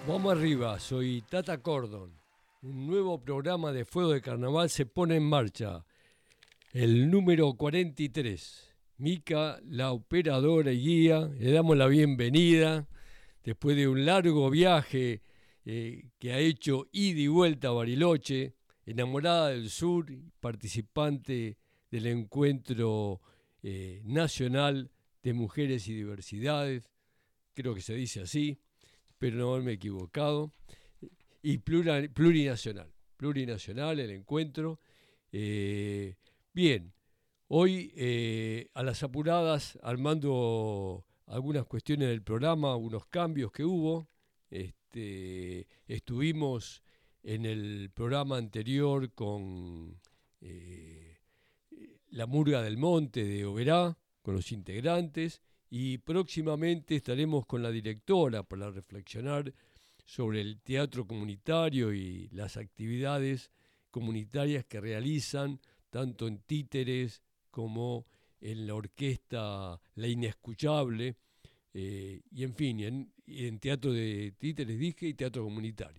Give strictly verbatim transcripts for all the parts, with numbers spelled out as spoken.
Vamos arriba, soy Tata Cordon. Un nuevo programa de Fuego de Carnaval se pone en marcha. El número cuarenta y tres. Mica, la operadora y guía, le damos la bienvenida después de un largo viaje eh, que ha hecho ida y vuelta a Bariloche, enamorada del sur, participante del encuentro eh, nacional de mujeres y diversidades, creo que se dice así, pero no haberme equivocado, y plura, plurinacional, plurinacional el encuentro. Eh, bien, hoy eh, a las apuradas, armando algunas cuestiones del programa, algunos cambios que hubo, este, estuvimos en el programa anterior con eh, la Murga del Monte de Oberá, con los integrantes, y próximamente estaremos con la directora para reflexionar sobre el teatro comunitario y las actividades comunitarias que realizan tanto en títeres como en la orquesta La Inescuchable, eh, y en fin, en, en teatro de títeres dije y teatro comunitario.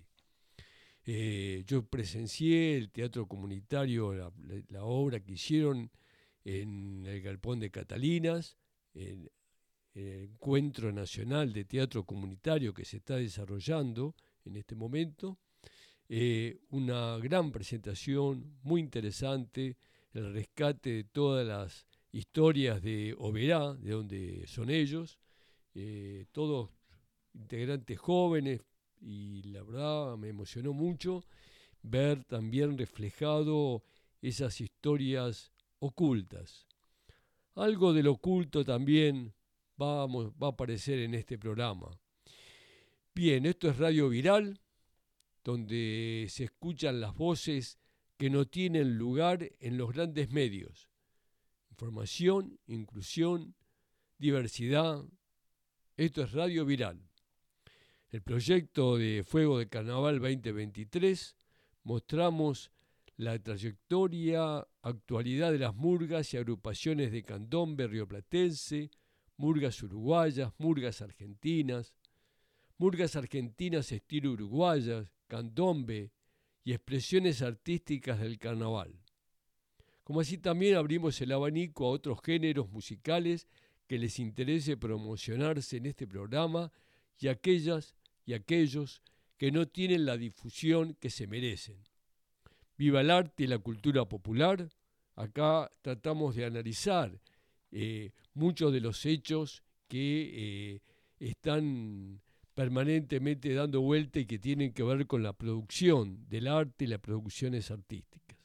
Eh, yo presencié el teatro comunitario, la, la, la obra que hicieron en el Galpón de Catalinas, en, el Encuentro Nacional de Teatro Comunitario que se está desarrollando en este momento. Eh, una gran presentación, muy interesante, el rescate de todas las historias de Oberá, de donde son ellos, eh, todos integrantes jóvenes, y la verdad me emocionó mucho ver también reflejado esas historias ocultas. Algo del oculto también vamos, va a aparecer en este programa. Bien, esto es Radio Viral, donde se escuchan las voces que no tienen lugar en los grandes medios. Información, inclusión, diversidad. Esto es Radio Viral. El proyecto de Fuego de Carnaval veinte veintitrés mostramos la trayectoria, actualidad de las murgas y agrupaciones de candombe rioplatense, murgas uruguayas, murgas argentinas, murgas argentinas estilo uruguayas, candombe y expresiones artísticas del carnaval. Como así también abrimos el abanico a otros géneros musicales que les interese promocionarse en este programa y aquellas y aquellos que no tienen la difusión que se merecen. Viva el arte y la cultura popular. Acá tratamos de analizar eh, muchos de los hechos que eh, están permanentemente dando vuelta y que tienen que ver con la producción del arte y las producciones artísticas.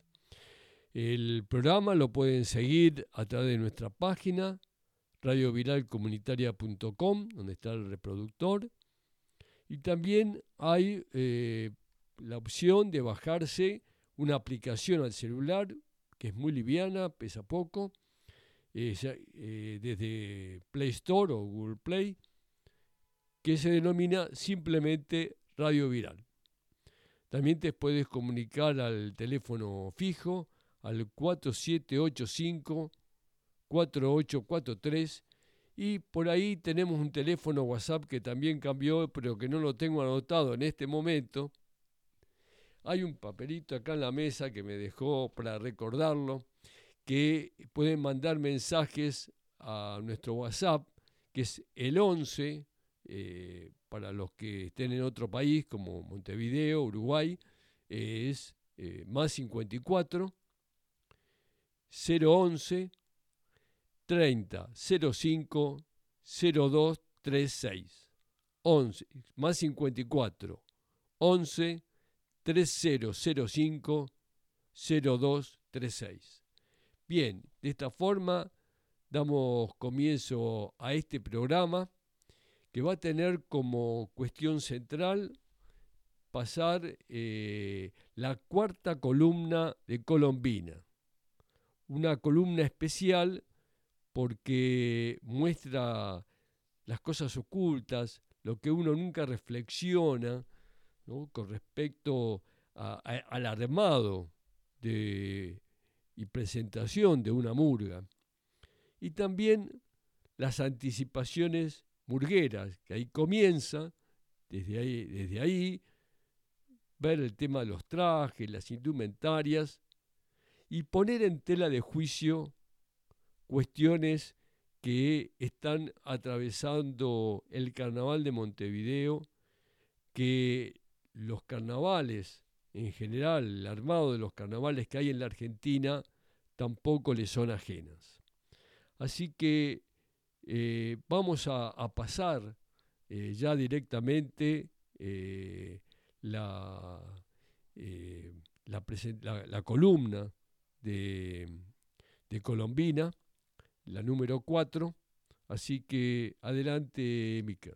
El programa lo pueden seguir a través de nuestra página radio viral comunitaria punto com, donde está el reproductor, y también hay eh, la opción de bajarse una aplicación al celular que es muy liviana, pesa poco, eh, eh, desde Play Store o Google Play, que se denomina simplemente Radio Viral. También te puedes comunicar al teléfono fijo al cuatro siete ocho cinco cuatro ocho cuatro tres, y por ahí tenemos un teléfono WhatsApp que también cambió, pero que no lo tengo anotado en este momento. Hay un papelito acá en la mesa que me dejó para recordarlo, que pueden mandar mensajes a nuestro WhatsApp, que es el once, eh, para los que estén en otro país, como Montevideo, Uruguay, eh, es eh, más cincuenta y cuatro, cero once, treinta, cero cinco, cero dos treinta y seis. once, más cincuenta y cuatro, once, treinta cero cinco, cero dos treinta y seis. Bien, de esta forma damos comienzo a este programa que va a tener como cuestión central pasar eh, la cuarta columna de Colombina. Una columna especial porque muestra las cosas ocultas, lo que uno nunca reflexiona, ¿no?, con respecto a, a, al armado de, y presentación de una murga. Y también las anticipaciones murgueras, que ahí comienza, desde ahí, desde ahí, ver el tema de los trajes, las indumentarias y poner en tela de juicio cuestiones que están atravesando el carnaval de Montevideo, que los carnavales en general, el armado de los carnavales que hay en la Argentina, tampoco le son ajenas. Así que eh, vamos a, a pasar eh, ya directamente eh, la, eh, la, la, la columna de, de Colombina, la número cuatro. Así que adelante, Mica.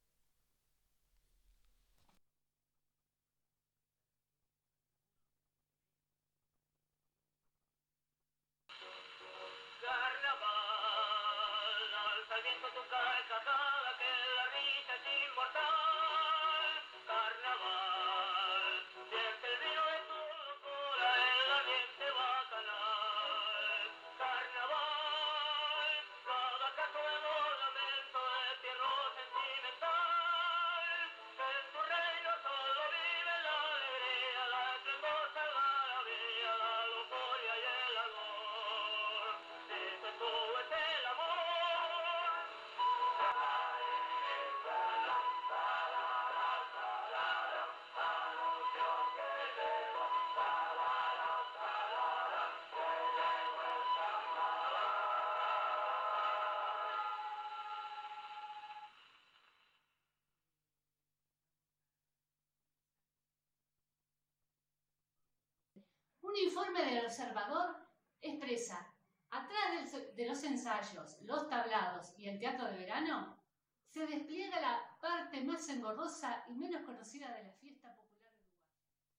Un informe del observador expresa, atrás de los ensayos, los tablados y el teatro de verano, se despliega la parte más engorrosa y menos conocida de la fiesta popular uruguaya.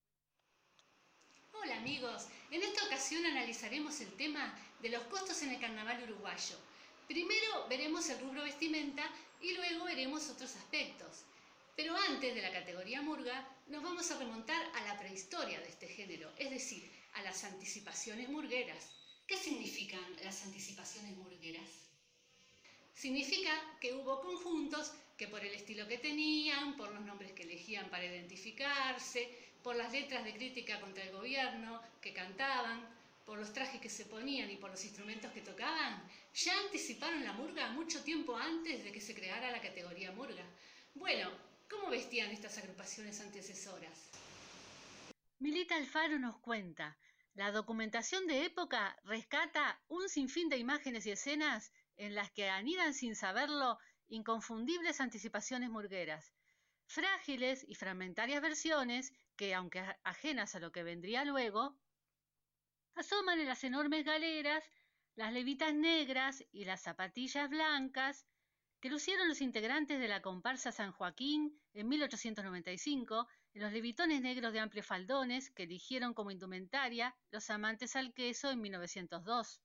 Hola amigos, en esta ocasión analizaremos el tema de los costos en el carnaval uruguayo. Primero veremos el rubro vestimenta y luego veremos otros aspectos. Pero antes de la categoría murga, nos vamos a remontar a la prehistoria de este género, es decir, a las anticipaciones murgueras. ¿Qué significan las anticipaciones murgueras? Significa que hubo conjuntos que por el estilo que tenían, por los nombres que elegían para identificarse, por las letras de crítica contra el gobierno que cantaban, por los trajes que se ponían y por los instrumentos que tocaban, ya anticiparon la murga mucho tiempo antes de que se creara la categoría murga. Bueno, ¿cómo vestían estas agrupaciones antecesoras? Milita Alfaro nos cuenta, la documentación de época rescata un sinfín de imágenes y escenas en las que anidan sin saberlo inconfundibles anticipaciones murgueras, frágiles y fragmentarias versiones que, aunque ajenas a lo que vendría luego, asoman en las enormes galeras, las levitas negras y las zapatillas blancas que lucieron los integrantes de la comparsa San Joaquín en mil ochocientos noventa y cinco, en los levitones negros de amplios faldones que eligieron como indumentaria los amantes al queso en mil novecientos dos.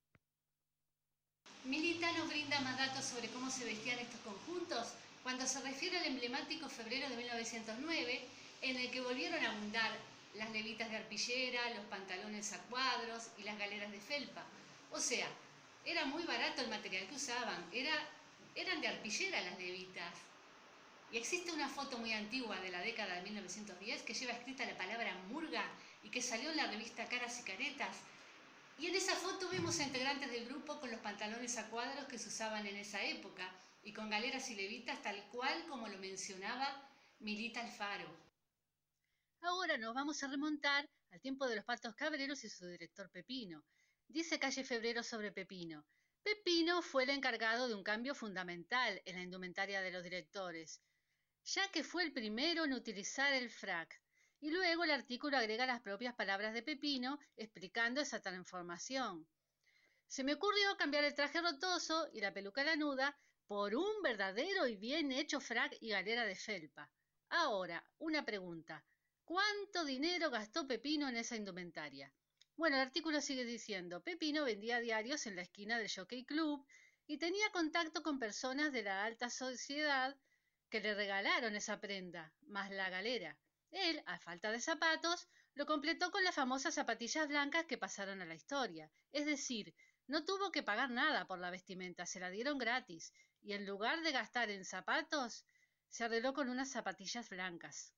Milita nos brinda más datos sobre cómo se vestían estos conjuntos cuando se refiere al emblemático febrero de mil novecientos nueve, en el que volvieron a abundar las levitas de arpillera, los pantalones a cuadros y las galeras de felpa. O sea, era muy barato el material que usaban, era, eran de arpillera las levitas. Y existe una foto muy antigua de la década de mil novecientos diez que lleva escrita la palabra murga y que salió en la revista Caras y Caretas. Y en esa foto vemos a integrantes del grupo con los pantalones a cuadros que se usaban en esa época y con galeras y levitas tal cual como lo mencionaba Milita Alfaro. Ahora nos vamos a remontar al tiempo de los Patos Cabreros y su director Pepino. Dice Calle Febrero sobre Pepino. Pepino fue el encargado de un cambio fundamental en la indumentaria de los directores, ya que fue el primero en utilizar el frac. Y luego el artículo agrega las propias palabras de Pepino explicando esa transformación. Se me ocurrió cambiar el traje rotoso y la peluca lanuda por un verdadero y bien hecho frac y galera de felpa. Ahora, una pregunta. ¿Cuánto dinero gastó Pepino en esa indumentaria? Bueno, el artículo sigue diciendo, Pepino vendía diarios en la esquina del Jockey Club y tenía contacto con personas de la alta sociedad que le regalaron esa prenda, más la galera. Él, a falta de zapatos, lo completó con las famosas zapatillas blancas que pasaron a la historia. Es decir, no tuvo que pagar nada por la vestimenta, se la dieron gratis. Y en lugar de gastar en zapatos, Se arregló con unas zapatillas blancas.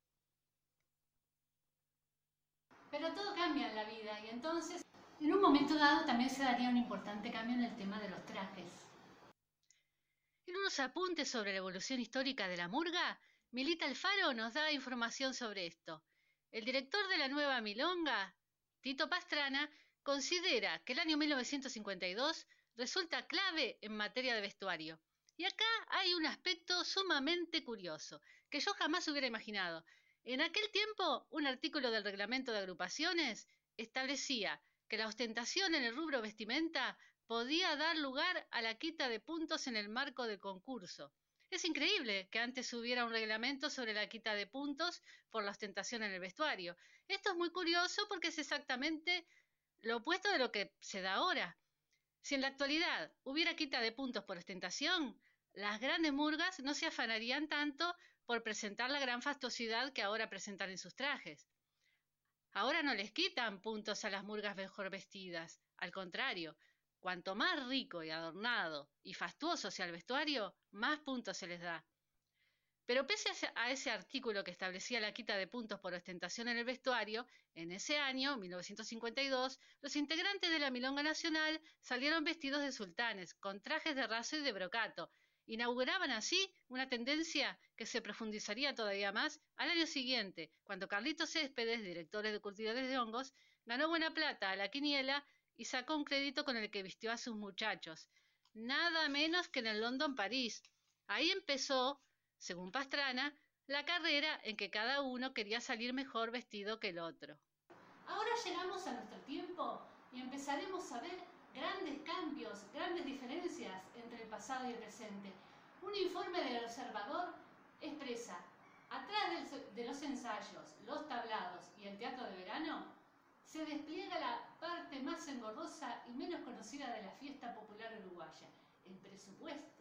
Pero todo cambia en la vida y entonces, en un momento dado, también se daría un importante cambio en el tema de los trajes. En unos apuntes sobre la evolución histórica de la murga, Milita Alfaro nos da información sobre esto. El director de la nueva milonga, Tito Pastrana, considera que el año mil novecientos cincuenta y dos resulta clave en materia de vestuario. Y acá hay un aspecto sumamente curioso, que yo jamás hubiera imaginado. En aquel tiempo, un artículo del Reglamento de Agrupaciones establecía que la ostentación en el rubro vestimenta podía dar lugar a la quita de puntos en el marco del concurso. Es increíble que antes hubiera un reglamento sobre la quita de puntos por la ostentación en el vestuario. Esto es muy curioso porque es exactamente lo opuesto de lo que se da ahora. Si en la actualidad hubiera quita de puntos por ostentación, las grandes murgas no se afanarían tanto por presentar la gran fastuosidad que ahora presentan en sus trajes. Ahora no les quitan puntos a las murgas mejor vestidas, al contrario, cuanto más rico y adornado y fastuoso sea el vestuario, más puntos se les da. Pero pese a ese artículo que establecía la quita de puntos por ostentación en el vestuario, en ese año, mil novecientos cincuenta y dos, los integrantes de la Milonga Nacional salieron vestidos de sultanes, con trajes de raso y de brocato. Inauguraban así una tendencia que se profundizaría todavía más al año siguiente, cuando Carlitos Céspedes, director de Curtidores de Hongos, ganó buena plata a la quiniela y sacó un crédito con el que vistió a sus muchachos. Nada menos que en el London París. Ahí empezó, según Pastrana, la carrera en que cada uno quería salir mejor vestido que el otro. Ahora llegamos a nuestro tiempo y empezaremos a ver grandes cambios, grandes diferencias entre el pasado y el presente. Un informe del Observador expresa, atrás de los ensayos, los tablados y el teatro de verano, se despliega la parte más engorrosa y menos conocida de la fiesta popular uruguaya, el presupuesto.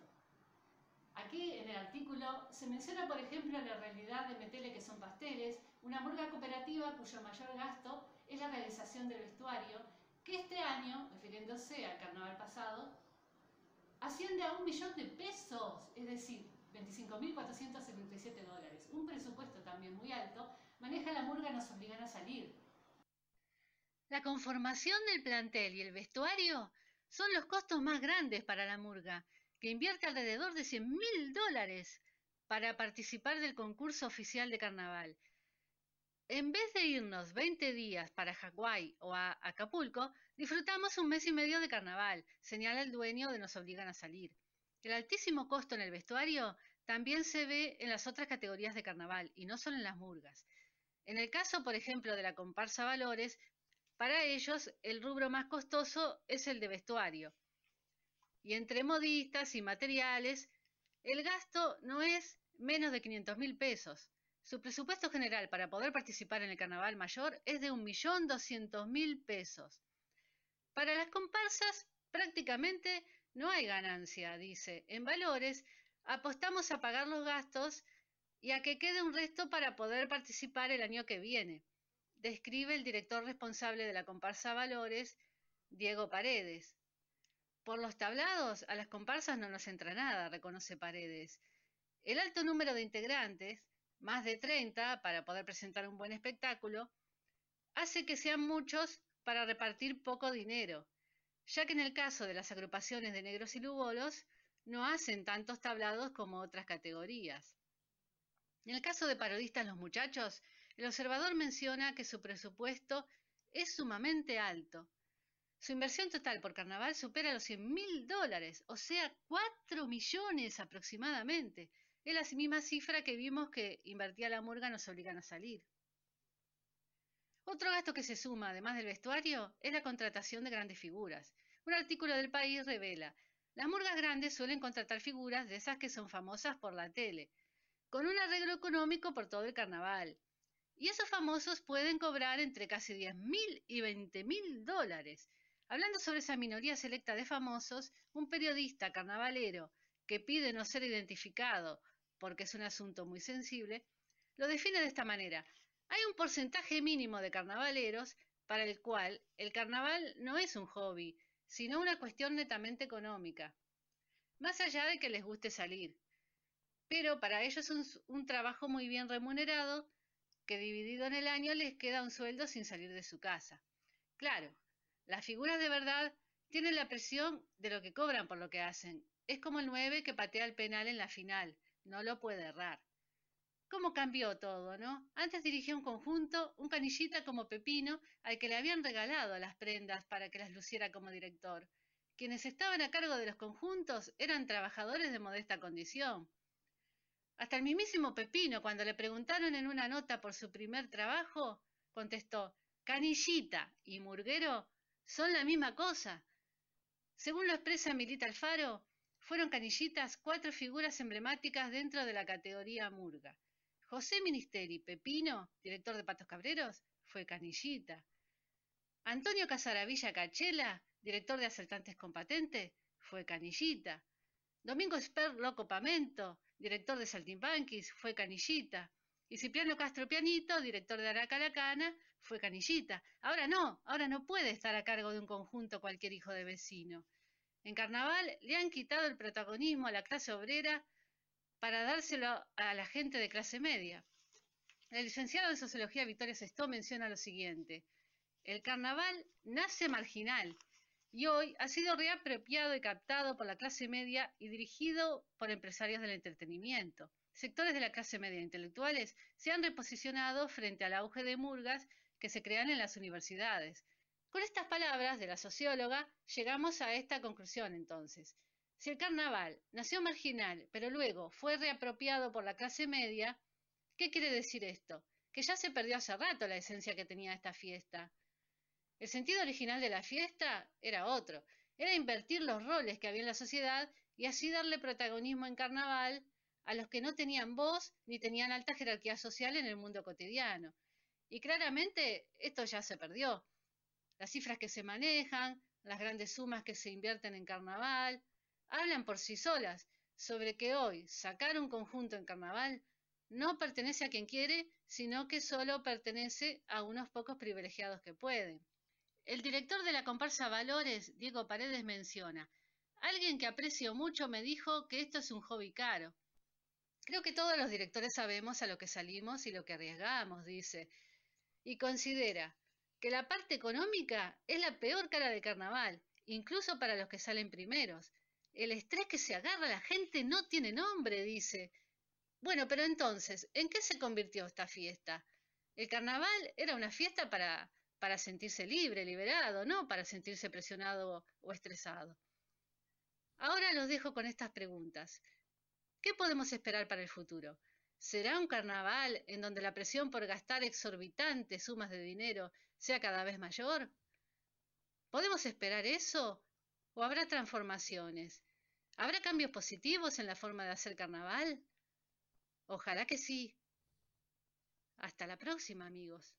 Aquí en el artículo se menciona, por ejemplo, la realidad de Metele, que son pasteles, una murga cooperativa cuyo mayor gasto es la realización del vestuario, que este año, refiriéndose al carnaval pasado, asciende a un millón de pesos, es decir, veinticinco mil cuatrocientos setenta y siete dólares. Un presupuesto también muy alto, maneja la murga Nos Obligan a Salir. La conformación del plantel y el vestuario son los costos más grandes para la murga, que invierte alrededor de cien mil dólares para participar del concurso oficial de carnaval. En vez de irnos veinte días para Hawái o a Acapulco, disfrutamos un mes y medio de carnaval, señala el dueño de Nos Obligan a Salir. El altísimo costo en el vestuario también se ve en las otras categorías de carnaval y no solo en las murgas. En el caso, por ejemplo, de la comparsa Valores, para ellos el rubro más costoso es el de vestuario. Y entre modistas y materiales, el gasto no es menos de quinientos mil pesos. Su presupuesto general para poder participar en el carnaval mayor es de un millón doscientos mil pesos. Para las comparsas prácticamente no hay ganancia, dice. En Valores apostamos a pagar los gastos y a que quede un resto para poder participar el año que viene, describe el director responsable de la comparsa Valores, Diego Paredes. Por los tablados, a las comparsas no nos entra nada, reconoce Paredes. El alto número de integrantes, más de treinta para poder presentar un buen espectáculo, hace que sean muchos para repartir poco dinero, ya que en el caso de las agrupaciones de negros y lugolos no hacen tantos tablados como otras categorías. En el caso de Parodistas Los Muchachos, el observador menciona que su presupuesto es sumamente alto. Su inversión total por carnaval supera los cien mil dólares, o sea, cuatro millones aproximadamente. Es la misma cifra que vimos que invertía la murga Nos Obligan a Salir. Otro gasto que se suma, además del vestuario, es la contratación de grandes figuras. Un artículo del País revela, las murgas grandes suelen contratar figuras de esas que son famosas por la tele, con un arreglo económico por todo el carnaval. Y esos famosos pueden cobrar entre casi diez mil y veinte mil dólares. Hablando sobre esa minoría selecta de famosos, un periodista carnavalero que pide no ser identificado porque es un asunto muy sensible, lo define de esta manera. Hay un porcentaje mínimo de carnavaleros para el cual el carnaval no es un hobby, sino una cuestión netamente económica, más allá de que les guste salir. pero para ellos es un, un trabajo muy bien remunerado que dividido en el año les queda un sueldo sin salir de su casa. Claro, las figuras de verdad tienen la presión de lo que cobran por lo que hacen. Es como el nueve que patea el penal en la final, no lo puede errar. ¿Cómo cambió todo, no? Antes dirigía un conjunto, un canillita como Pepino, al que le habían regalado las prendas para que las luciera como director. Quienes estaban a cargo de los conjuntos eran trabajadores de modesta condición. Hasta el mismísimo Pepino, cuando le preguntaron en una nota por su primer trabajo, contestó: canillita y murguero son la misma cosa. Según lo expresa Milita Alfaro, fueron canillitas cuatro figuras emblemáticas dentro de la categoría murga. José Ministeri Pepino, director de Patos Cabreros, fue canillita. Antonio Casaravilla Cachela, director de Asaltantes con Patente, fue canillita. Domingo Esper Loco Pamento, director de Saltimbanquis, fue canillita. Y Cipriano Castro Pianito, director de Aracalacana, fue canillita. Ahora no, ahora no puede estar a cargo de un conjunto cualquier hijo de vecino. En Carnaval le han quitado el protagonismo a la clase obrera para dárselo a la gente de clase media. El licenciado en Sociología Victoria Sestó menciona lo siguiente: el Carnaval nace marginal y hoy ha sido reapropiado y captado por la clase media y dirigido por empresarios del entretenimiento. Sectores de la clase media intelectuales se han reposicionado frente al auge de murgas que se crean en las universidades. Con estas palabras de la socióloga llegamos a esta conclusión entonces. Si el carnaval nació marginal, pero luego fue reapropiado por la clase media, ¿qué quiere decir esto? Que ya se perdió hace rato la esencia que tenía esta fiesta. El sentido original de la fiesta era otro, era invertir los roles que había en la sociedad y así darle protagonismo en carnaval a los que no tenían voz ni tenían alta jerarquía social en el mundo cotidiano. Y claramente esto ya se perdió. Las cifras que se manejan, las grandes sumas que se invierten en carnaval, hablan por sí solas sobre que hoy sacar un conjunto en carnaval no pertenece a quien quiere, sino que solo pertenece a unos pocos privilegiados que pueden. El director de la comparsa Valores, Diego Paredes, menciona: alguien que aprecio mucho me dijo que esto es un hobby caro. Creo que todos los directores sabemos a lo que salimos y lo que arriesgamos, dice, y considera que la parte económica es la peor cara de carnaval, incluso para los que salen primeros. El estrés que se agarra la gente no tiene nombre, dice. Bueno, pero entonces, ¿en qué se convirtió esta fiesta? El carnaval era una fiesta para, para sentirse libre, liberado, no para sentirse presionado o estresado. Ahora los dejo con estas preguntas. ¿Qué podemos esperar para el futuro? ¿Será un carnaval en donde la presión por gastar exorbitantes sumas de dinero sea cada vez mayor? ¿Podemos esperar eso? ¿O habrá transformaciones? ¿Habrá cambios positivos en la forma de hacer carnaval? Ojalá que sí. Hasta la próxima, amigos.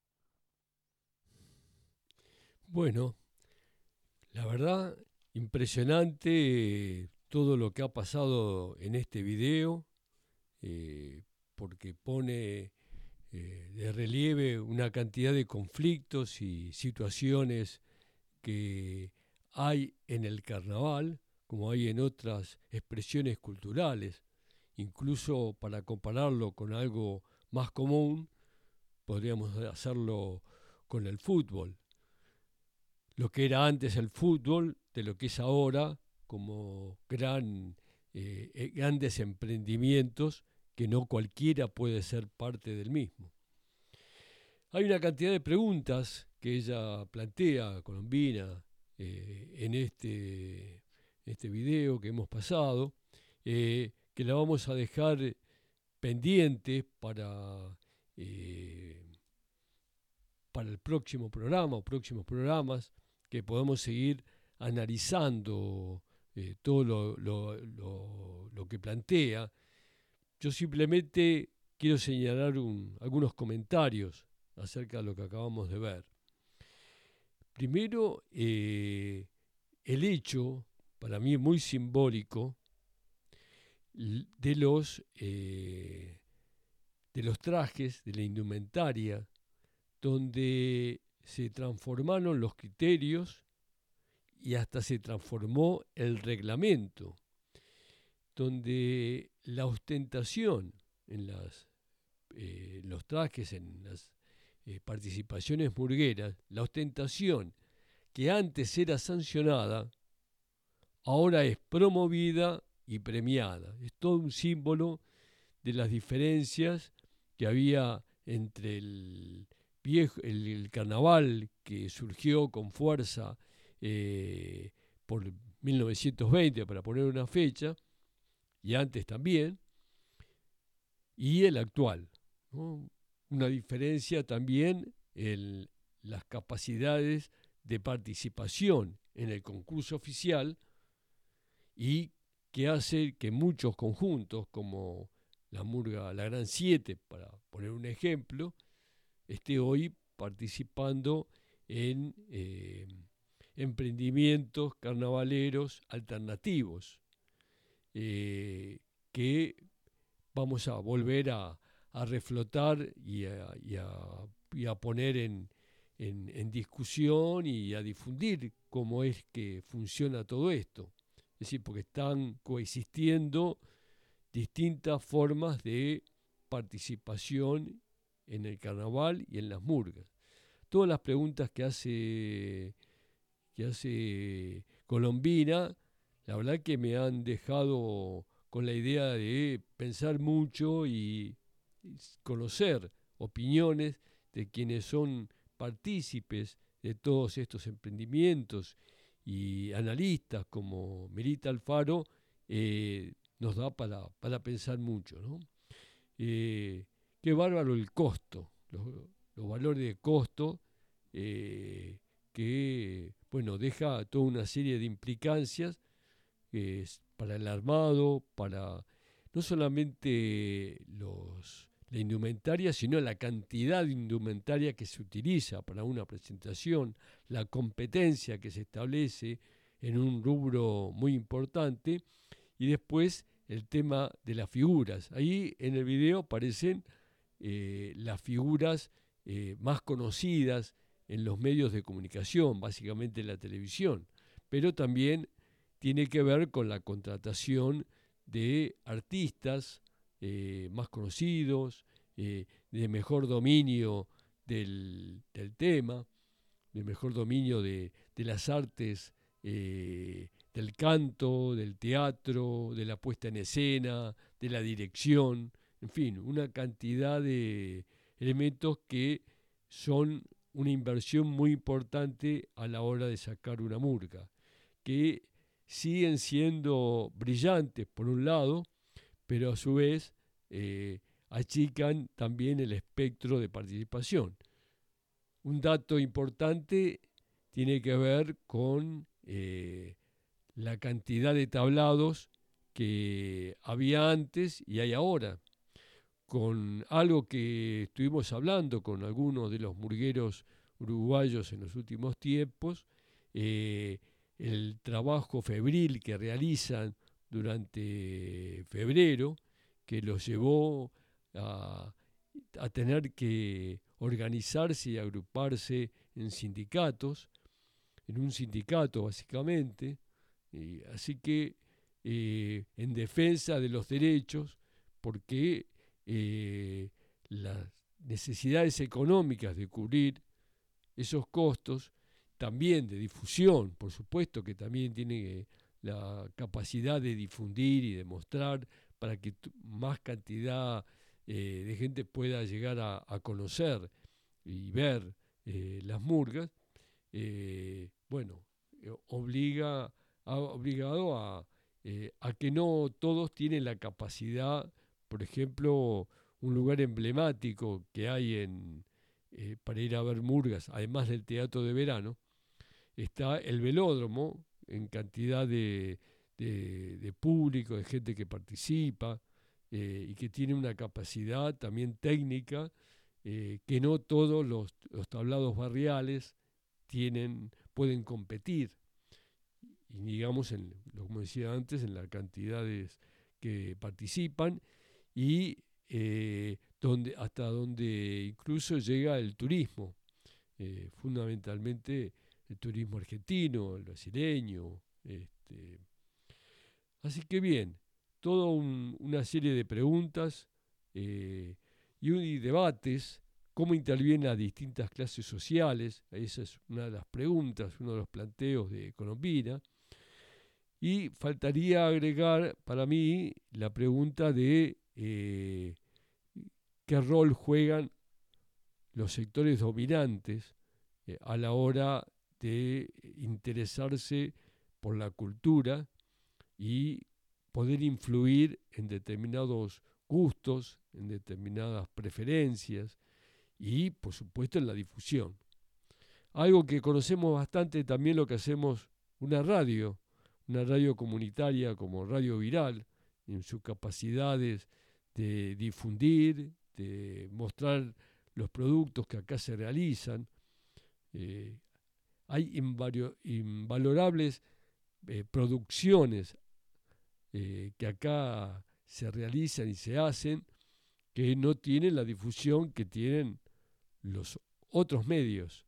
Bueno, la verdad, impresionante todo lo que ha pasado en este video, eh, porque pone eh, de relieve una cantidad de conflictos y situaciones que hay en el carnaval, como hay en otras expresiones culturales. Incluso para compararlo con algo más común, podríamos hacerlo con el fútbol. Lo que era antes el fútbol, de lo que es ahora, como gran, eh, grandes emprendimientos que no cualquiera puede ser parte del mismo. Hay una cantidad de preguntas que ella plantea, Colombina, eh, en este, este video que hemos pasado, eh, que la vamos a dejar pendiente para, eh, para el próximo programa o próximos programas, que podamos seguir analizando eh, todo lo, lo, lo, lo que plantea. Yo simplemente quiero señalar un, algunos comentarios acerca de lo que acabamos de ver. Primero, eh, el hecho, para mí muy simbólico, de los, eh, de los trajes, de la indumentaria, donde se transformaron los criterios y hasta se transformó el reglamento, donde la ostentación en las, eh, los trajes, en las eh, participaciones murgueras, la ostentación que antes era sancionada, ahora es promovida y premiada. Es todo un símbolo de las diferencias que había entre el viejo, el, el carnaval que surgió con fuerza eh, por mil novecientos veinte, para poner una fecha, y antes también, y el actual, ¿no? Una diferencia también en las capacidades de participación en el concurso oficial, y que hace que muchos conjuntos, como la Murga La Gran Siete, para poner un ejemplo, esté hoy participando en eh, emprendimientos carnavaleros alternativos, eh, que vamos a volver a, a reflotar y a, y a, y a poner en, en, en discusión y a difundir cómo es que funciona todo esto. Es decir, porque están coexistiendo distintas formas de participación en el carnaval y en las murgas. Todas las preguntas que hace, que hace Colombina, la verdad que me han dejado con la idea de pensar mucho y conocer opiniones de quienes son partícipes de todos estos emprendimientos, y analistas como Melita Alfaro, eh, nos da para, para pensar mucho, ¿no? Eh, qué bárbaro el costo, los, los valores de costo, eh, que, bueno, deja toda una serie de implicancias, eh, para el armado, para no solamente los, la indumentaria, sino la cantidad de indumentaria que se utiliza para una presentación, la competencia que se establece en un rubro muy importante, y después el tema de las figuras. Ahí en el video aparecen eh, las figuras eh, más conocidas en los medios de comunicación, básicamente en la televisión, pero también tiene que ver con la contratación de artistas eh, más conocidos, eh, de mejor dominio del, del tema, de mejor dominio de, de las artes, eh, del canto, del teatro, de la puesta en escena, de la dirección, en fin, una cantidad de elementos que son una inversión muy importante a la hora de sacar una murga, que siguen siendo brillantes por un lado, pero a su vez eh, achican también el espectro de participación. Un dato importante tiene que ver con eh, la cantidad de tablados que había antes y hay ahora, con algo que estuvimos hablando con algunos de los murgueros uruguayos en los últimos tiempos, eh, el trabajo febril que realizan durante febrero, que los llevó a, a tener que organizarse y agruparse en sindicatos, en un sindicato básicamente, y así que eh, en defensa de los derechos, porque eh, las necesidades económicas de cubrir esos costos, también de difusión, por supuesto que también tiene la capacidad de difundir y de mostrar para que t- más cantidad eh, de gente pueda llegar a, a conocer y ver eh, las murgas, eh, bueno, eh, obliga, ha obligado a, eh, a que no todos tienen la capacidad. Por ejemplo, un lugar emblemático que hay en, eh, para ir a ver murgas, además del teatro de verano, está el velódromo, en cantidad de, de, de público, de gente que participa, eh, y que tiene una capacidad también técnica, eh, que no todos los, los tablados barriales tienen, pueden competir. Y digamos, en, como decía antes, en las cantidades que participan, y eh, donde, hasta donde incluso llega el turismo, eh, fundamentalmente el turismo argentino, el brasileño. Este. Así que bien, toda un, una serie de preguntas eh, y, un, y debates, cómo intervienen las distintas clases sociales, esa es una de las preguntas, uno de los planteos de Colombina. Y faltaría agregar para mí la pregunta de eh, qué rol juegan los sectores dominantes eh, a la hora de interesarse por la cultura y poder influir en determinados gustos, en determinadas preferencias y, por supuesto, en la difusión. Algo que conocemos bastante también lo que hacemos una radio, una radio comunitaria como Radio Viral, en sus capacidades de difundir, de mostrar los productos que acá se realizan. Eh, hay invario, invalorables eh, producciones eh, que acá se realizan y se hacen que no tienen la difusión que tienen los otros medios,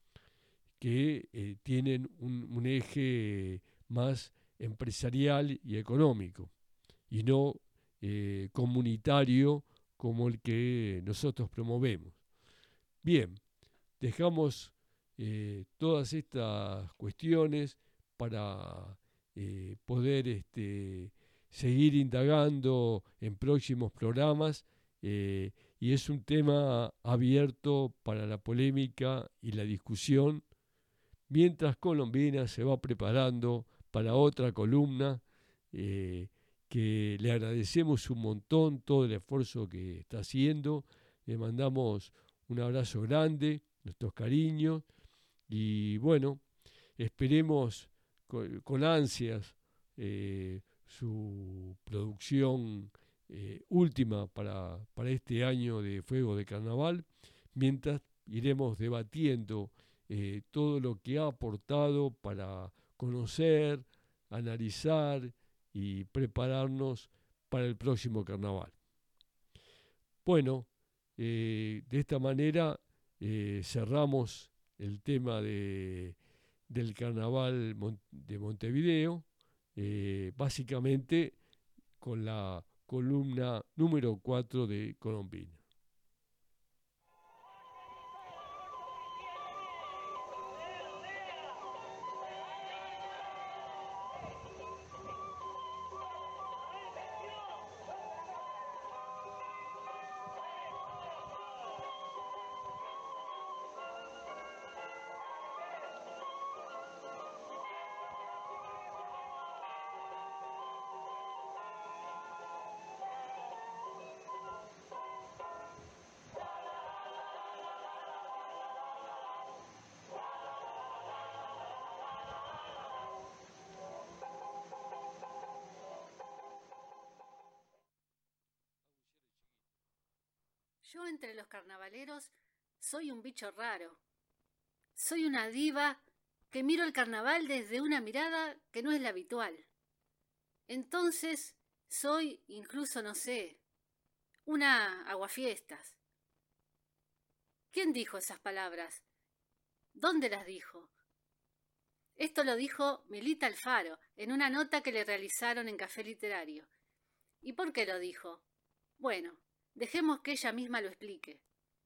que eh, tienen un, un eje más empresarial y económico, y no eh, comunitario como el que nosotros promovemos. Bien, dejamos eh, todas estas cuestiones para eh, poder este, seguir indagando en próximos programas eh, y es un tema abierto para la polémica y la discusión, mientras Colombina se va preparando para otra columna eh, que le agradecemos un montón todo el esfuerzo que está haciendo, le mandamos un abrazo grande, nuestros cariños y bueno, esperemos con, con ansias eh, su producción eh, última para, para este año de Fuego de Carnaval, mientras iremos debatiendo eh, todo lo que ha aportado para conocer, analizar y prepararnos para el próximo carnaval. Bueno, eh, de esta manera eh, cerramos el tema de, del carnaval de Montevideo, eh, básicamente con la columna número cuatro de Colombina. Yo entre los carnavaleros soy un bicho raro. Soy una diva que miro el carnaval desde una mirada que no es la habitual. Entonces soy, incluso no sé, una aguafiestas. ¿Quién dijo esas palabras? ¿Dónde las dijo? Esto lo dijo Milita Alfaro en una nota que le realizaron en Café Literario. ¿Y por qué lo dijo? Bueno, dejemos que ella misma lo explique.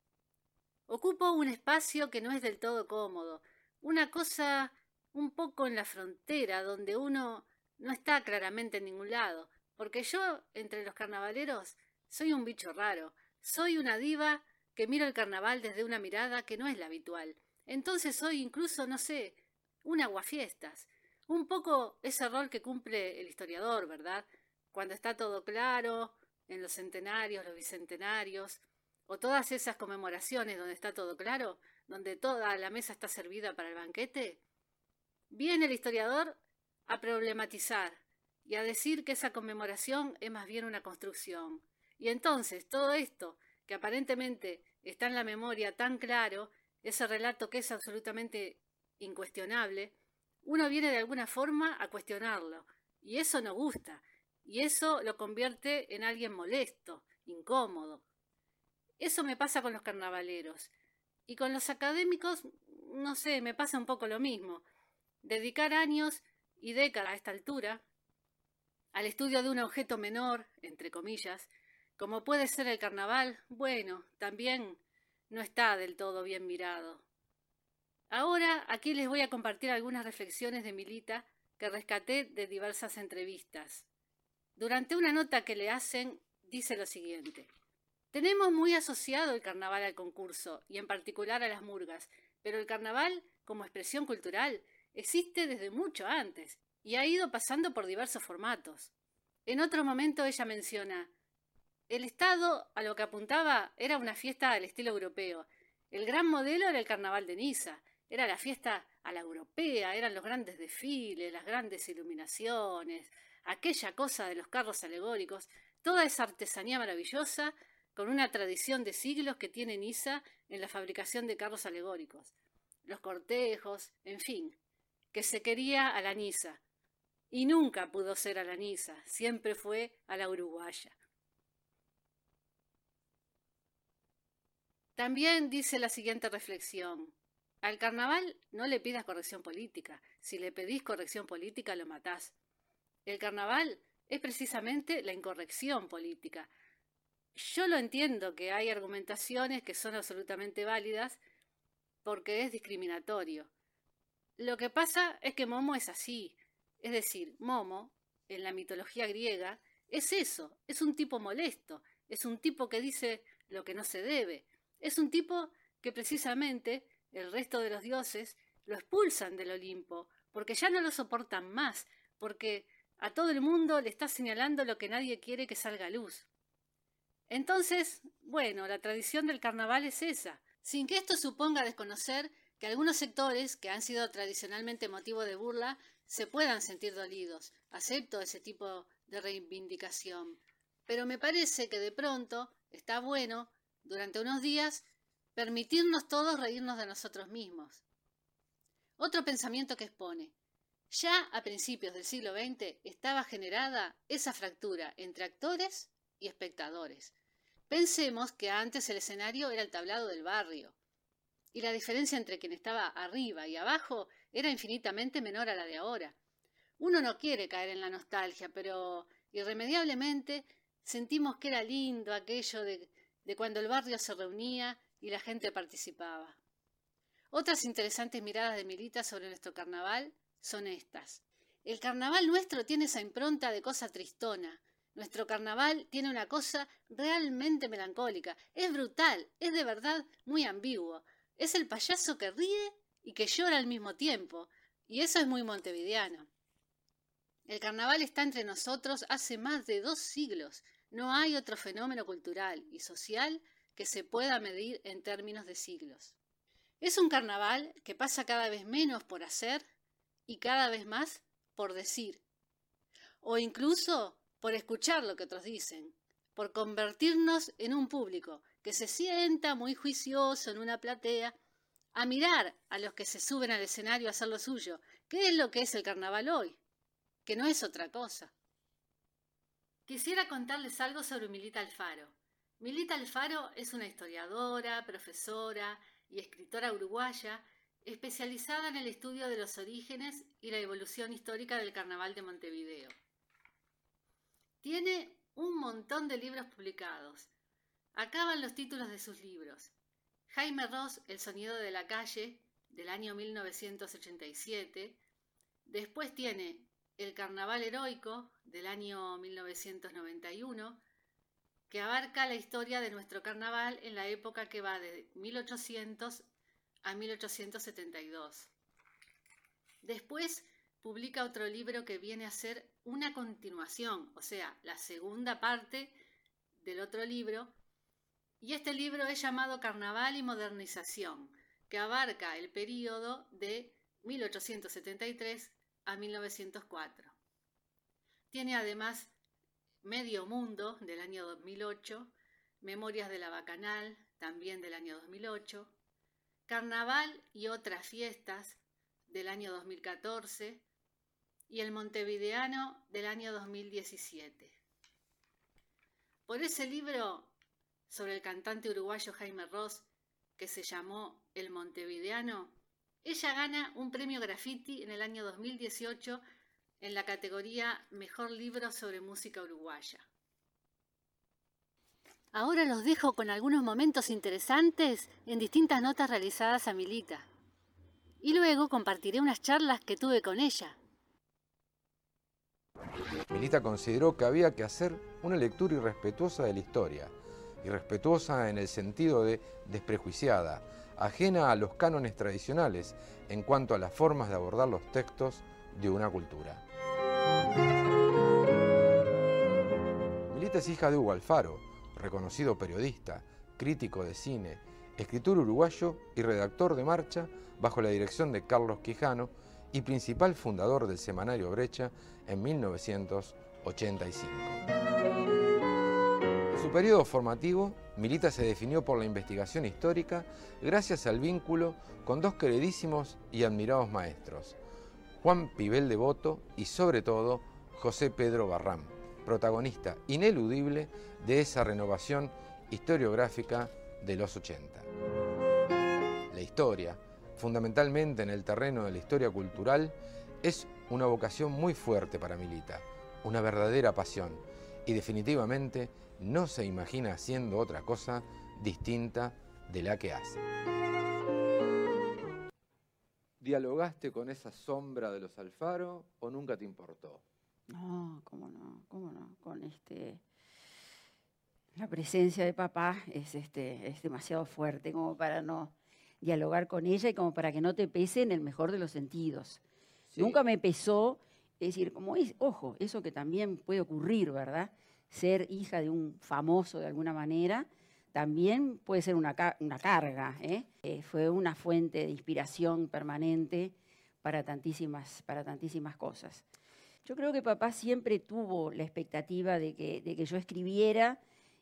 Ocupo un espacio que no es del todo cómodo, una cosa un poco en la frontera, donde uno no está claramente en ningún lado, porque yo, entre los carnavaleros, soy un bicho raro, soy una diva que miro el carnaval desde una mirada que no es la habitual. Entonces soy incluso, no sé, un aguafiestas, un poco ese rol que cumple el historiador, ¿verdad? Cuando está todo claro, en los centenarios, los bicentenarios, o todas esas conmemoraciones donde está todo claro, donde toda la mesa está servida para el banquete, viene el historiador a problematizar y a decir que esa conmemoración es más bien una construcción. Y entonces todo esto, que aparentemente está en la memoria tan claro, ese relato que es absolutamente incuestionable, uno viene de alguna forma a cuestionarlo, y eso no gusta, y eso lo convierte en alguien molesto, incómodo. Eso me pasa con los carnavaleros. Y con los académicos, no sé, me pasa un poco lo mismo. Dedicar años y décadas a esta altura al estudio de un objeto menor, entre comillas, como puede ser el carnaval, bueno, también no está del todo bien mirado. Ahora aquí les voy a compartir algunas reflexiones de Milita que rescaté de diversas entrevistas. Durante una nota que le hacen, dice lo siguiente: tenemos muy asociado el carnaval al concurso y en particular a las murgas, pero el carnaval, como expresión cultural, existe desde mucho antes y ha ido pasando por diversos formatos. En otro momento ella menciona: el Estado a lo que apuntaba era una fiesta al estilo europeo. El gran modelo era el carnaval de Niza. Era la fiesta a la europea, eran los grandes desfiles, las grandes iluminaciones, aquella cosa de los carros alegóricos, toda esa artesanía maravillosa con una tradición de siglos que tiene Niza en la fabricación de carros alegóricos. Los cortejos, en fin, que se quería a la Niza. Y nunca pudo ser a la Niza, siempre fue a la uruguaya. También dice la siguiente reflexión: al carnaval no le pidas corrección política. Si le pedís corrección política, lo matás. El carnaval es precisamente la incorrección política. Yo lo entiendo que hay argumentaciones que son absolutamente válidas porque es discriminatorio. Lo que pasa es que Momo es así. Es decir, Momo, en la mitología griega, es eso, es un tipo molesto, es un tipo que dice lo que no se debe, es un tipo que precisamente el resto de los dioses lo expulsan del Olimpo, porque ya no lo soportan más, porque a todo el mundo le está señalando lo que nadie quiere que salga a luz. Entonces, bueno, la tradición del carnaval es esa, sin que esto suponga desconocer que algunos sectores que han sido tradicionalmente motivo de burla se puedan sentir dolidos. Acepto ese tipo de reivindicación, pero me parece que de pronto está bueno, durante unos días, permitirnos todos reírnos de nosotros mismos. Otro pensamiento que expone: ya a principios del siglo veinte estaba generada esa fractura entre actores y espectadores. Pensemos que antes el escenario era el tablado del barrio, y la diferencia entre quien estaba arriba y abajo era infinitamente menor a la de ahora. Uno no quiere caer en la nostalgia, pero irremediablemente sentimos que era lindo aquello de, de cuando el barrio se reunía y la gente participaba. Otras interesantes miradas de Milita sobre nuestro carnaval son estas. El carnaval nuestro tiene esa impronta de cosa tristona. Nuestro carnaval tiene una cosa realmente melancólica. Es brutal, es de verdad muy ambiguo. Es el payaso que ríe y que llora al mismo tiempo. Y eso es muy montevideano. El carnaval está entre nosotros hace más de dos siglos. No hay otro fenómeno cultural y social que se pueda medir en términos de siglos. Es un carnaval que pasa cada vez menos por hacer y cada vez más por decir, o incluso por escuchar lo que otros dicen, por convertirnos en un público que se sienta muy juicioso en una platea a mirar a los que se suben al escenario a hacer lo suyo. ¿Qué es lo que es el carnaval hoy? Que no es otra cosa. Quisiera contarles algo sobre Milita Alfaro. Milita Alfaro es una historiadora, profesora y escritora uruguaya especializada en el estudio de los orígenes y la evolución histórica del Carnaval de Montevideo. Tiene un montón de libros publicados. Acá van los títulos de sus libros: Jaime Ross, El sonido de la calle, del año mil novecientos ochenta y siete. Después tiene El carnaval heroico, del año mil novecientos noventa y uno, que abarca la historia de nuestro carnaval en la época que va de mil ochocientos a mil ochocientos setenta y dos. Después publica otro libro que viene a ser una continuación, o sea, la segunda parte del otro libro, y este libro es llamado Carnaval y Modernización, que abarca el período de mil ochocientos setenta y tres a mil novecientos cuatro. Tiene además Medio Mundo, del año dos mil ocho, Memorias de la Bacanal, también del año dos mil ocho, Carnaval y otras fiestas, del año dos mil catorce, y El Montevideano, del año dos mil diecisiete. Por ese libro sobre el cantante uruguayo Jaime Ross, que se llamó El Montevideano, ella gana un premio graffiti en el año dos mil dieciocho en la categoría Mejor Libro sobre Música Uruguaya. Ahora los dejo con algunos momentos interesantes en distintas notas realizadas a Milita. Y luego compartiré unas charlas que tuve con ella. Milita consideró que había que hacer una lectura irrespetuosa de la historia, irrespetuosa en el sentido de desprejuiciada, ajena a los cánones tradicionales en cuanto a las formas de abordar los textos de una cultura. Milita es hija de Hugo Alfaro, reconocido periodista, crítico de cine, escritor uruguayo y redactor de Marcha bajo la dirección de Carlos Quijano y principal fundador del semanario Brecha en mil novecientos ochenta y cinco. En su periodo formativo, Milita se definió por la investigación histórica gracias al vínculo con dos queridísimos y admirados maestros, Juan Pibel Devoto y sobre todo José Pedro Barrán, protagonista ineludible de esa renovación historiográfica de los ochenta. La historia, fundamentalmente en el terreno de la historia cultural, es una vocación muy fuerte para Milita, una verdadera pasión, y definitivamente no se imagina haciendo otra cosa distinta de la que hace. ¿Dialogaste con esa sombra de los Alfaro o nunca te importó? No, cómo no, cómo no, con este... La presencia de papá es, este, es demasiado fuerte como para no dialogar con ella y como para que no te pese en el mejor de los sentidos. Sí. Nunca me pesó, es decir, como es, ojo, eso que también puede ocurrir, ¿verdad? Ser hija de un famoso de alguna manera, también puede ser una, una carga, ¿eh? Eh, fue una fuente de inspiración permanente para tantísimas, para tantísimas cosas. Yo creo que papá siempre tuvo la expectativa de que, de que yo escribiera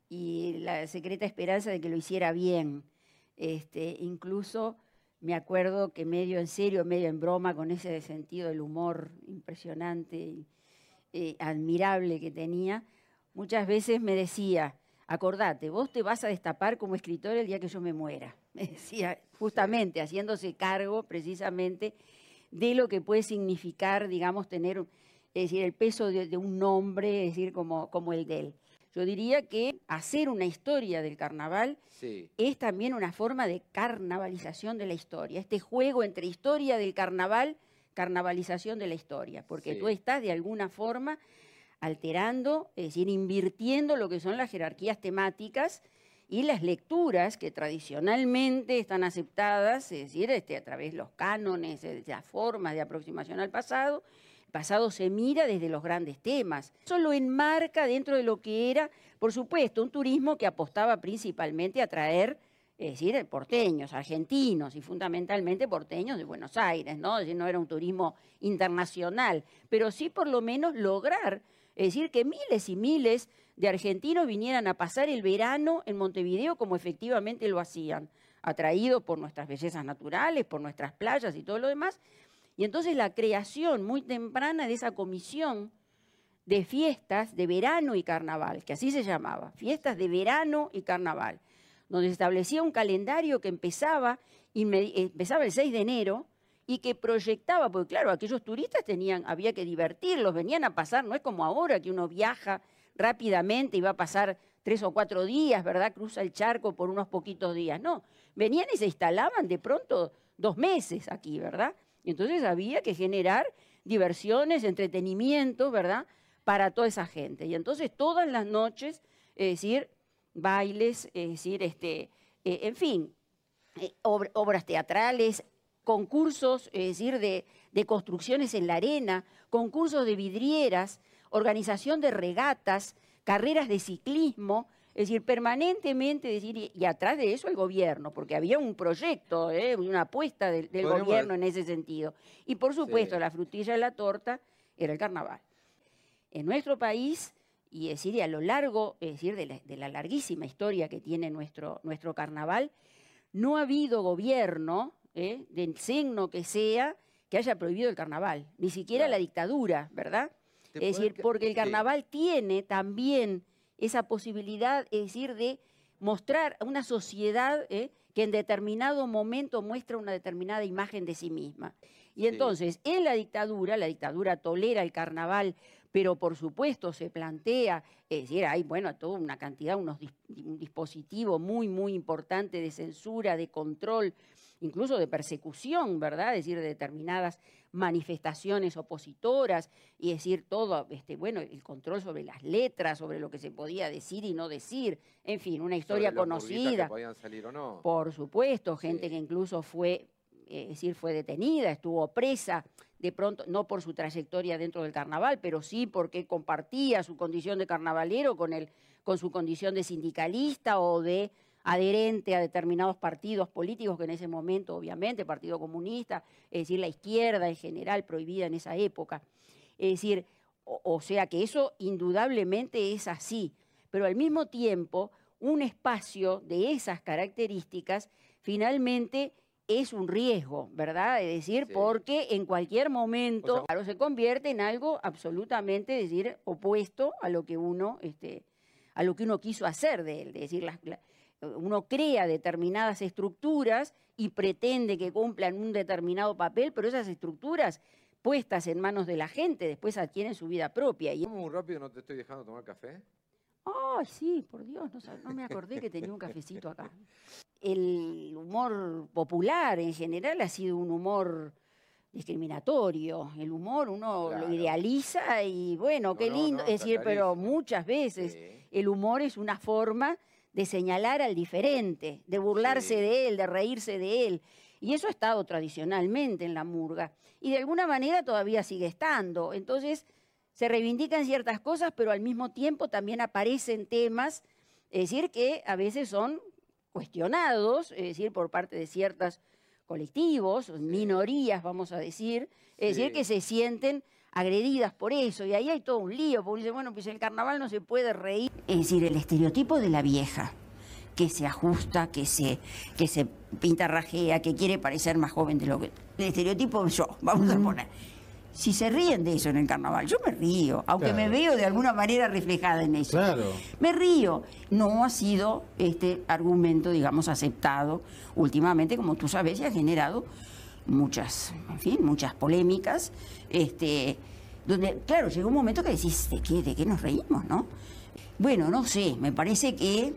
y la secreta esperanza de que lo hiciera bien. Este, incluso me acuerdo que medio en serio, medio en broma, con ese sentido del humor impresionante y eh, admirable que tenía, muchas veces me decía, acordate, vos te vas a destapar como escritor el día que yo me muera. Me decía, justamente, sí, haciéndose cargo precisamente de lo que puede significar, digamos, tener, es decir, el peso de, de un nombre, es decir, como, como el de él. Yo diría que hacer una historia del carnaval sí. es también una forma de carnavalización de la historia. Este juego entre historia del carnaval, carnavalización de la historia. Porque sí. tú estás de alguna forma alterando, es decir, invirtiendo lo que son las jerarquías temáticas y las lecturas que tradicionalmente están aceptadas, es decir, este, a través de los cánones, de las formas de aproximación al pasado. El pasado se mira desde los grandes temas. Eso lo enmarca dentro de lo que era, por supuesto, un turismo que apostaba principalmente a traer, es decir, porteños, argentinos y fundamentalmente porteños de Buenos Aires, ¿no? Es decir, no era un turismo internacional, pero sí por lo menos lograr, es decir, que miles y miles de argentinos vinieran a pasar el verano en Montevideo como efectivamente lo hacían, atraídos por nuestras bellezas naturales, por nuestras playas y todo lo demás. Y entonces la creación muy temprana de esa comisión de fiestas de verano y carnaval, que así se llamaba, fiestas de verano y carnaval, donde se establecía un calendario que empezaba, empezaba el seis de enero y que proyectaba, porque claro, aquellos turistas tenían, había que divertirlos, venían a pasar, no es como ahora que uno viaja rápidamente y va a pasar tres o cuatro días, ¿verdad? Cruza el charco por unos poquitos días, no, venían y se instalaban de pronto dos meses aquí, ¿verdad? Entonces había que generar diversiones, entretenimiento, ¿verdad?, para toda esa gente. Y entonces todas las noches, es decir, bailes, es decir, este, eh, en fin, eh, ob obras teatrales, concursos, es decir, de, de construcciones en la arena, concursos de vidrieras, organización de regatas, carreras de ciclismo, es decir, permanentemente, es decir, y, y atrás de eso el gobierno, porque había un proyecto, ¿eh? una apuesta del, del gobierno en ese sentido. Y por supuesto, sí. la frutilla de la torta era el carnaval. En nuestro país, y es decir, a lo largo, es decir, de la, de la larguísima historia que tiene nuestro, nuestro carnaval, no ha habido gobierno, ¿eh? del signo que sea, que haya prohibido el carnaval, ni siquiera claro. la dictadura, ¿verdad? Es decir, porque el carnaval sí. tiene también esa posibilidad, es decir, de mostrar a una sociedad ¿eh? que en determinado momento muestra una determinada imagen de sí misma. Y entonces, en la dictadura, la dictadura tolera el carnaval, pero por supuesto se plantea, es decir, hay, bueno, toda una cantidad, unos, un dispositivo muy, muy importante de censura, de control, incluso de persecución, ¿verdad? Es decir, de determinadas manifestaciones opositoras, y es decir, todo, este, bueno, el control sobre las letras, sobre lo que se podía decir y no decir, en fin, una historia sobre los conocida. Que podían salir o no. Por supuesto, gente sí. que incluso fue, es decir, fue detenida, estuvo presa, de pronto, no por su trayectoria dentro del carnaval, pero sí porque compartía su condición de carnavalero con, el, con su condición de sindicalista o de adherente a determinados partidos políticos que en ese momento, obviamente, Partido Comunista, es decir, la izquierda en general prohibida en esa época. Es decir, o, o sea que eso indudablemente es así, pero al mismo tiempo un espacio de esas características finalmente es un riesgo, ¿verdad? Es decir, sí. porque en cualquier momento, o sea, claro, se convierte en algo absolutamente, es decir, opuesto a lo que uno, este, a lo que uno quiso hacer de él. Es decir, la, la, uno crea determinadas estructuras y pretende que cumplan un determinado papel, pero esas estructuras puestas en manos de la gente después adquieren su vida propia. Y... ¿Cómo muy rápido no te estoy dejando tomar café? Ay, sí, por Dios, no, no me acordé que tenía un cafecito acá. El humor popular en general ha sido un humor discriminatorio. El humor uno claro. lo idealiza y bueno, no, qué lindo. No, no, es decir, pero muchas veces sí. el humor es una forma de señalar al diferente, de burlarse sí. de él, de reírse de él. Y eso ha estado tradicionalmente en la murga. Y de alguna manera todavía sigue estando. Entonces... se reivindican ciertas cosas, pero al mismo tiempo también aparecen temas, es decir, que a veces son cuestionados, es decir, por parte de ciertos colectivos, sí. minorías, vamos a decir, es sí. decir, que se sienten agredidas por eso, y ahí hay todo un lío, porque dicen, bueno, pues el carnaval no se puede reír. Es decir, el estereotipo de la vieja, que se ajusta, que se, que se pintarrajea, que quiere parecer más joven de lo que... El estereotipo yo, vamos uh-huh. a poner... Si se ríen de eso en el carnaval, yo me río, aunque claro. me veo de alguna manera reflejada en eso. Claro. Me río. No ha sido este argumento, digamos, aceptado últimamente, como tú sabes, y ha generado muchas, en fin, muchas polémicas, este, donde, claro, llegó un momento que decís, ¿de qué, de qué nos reímos, no? Bueno, no sé, me parece que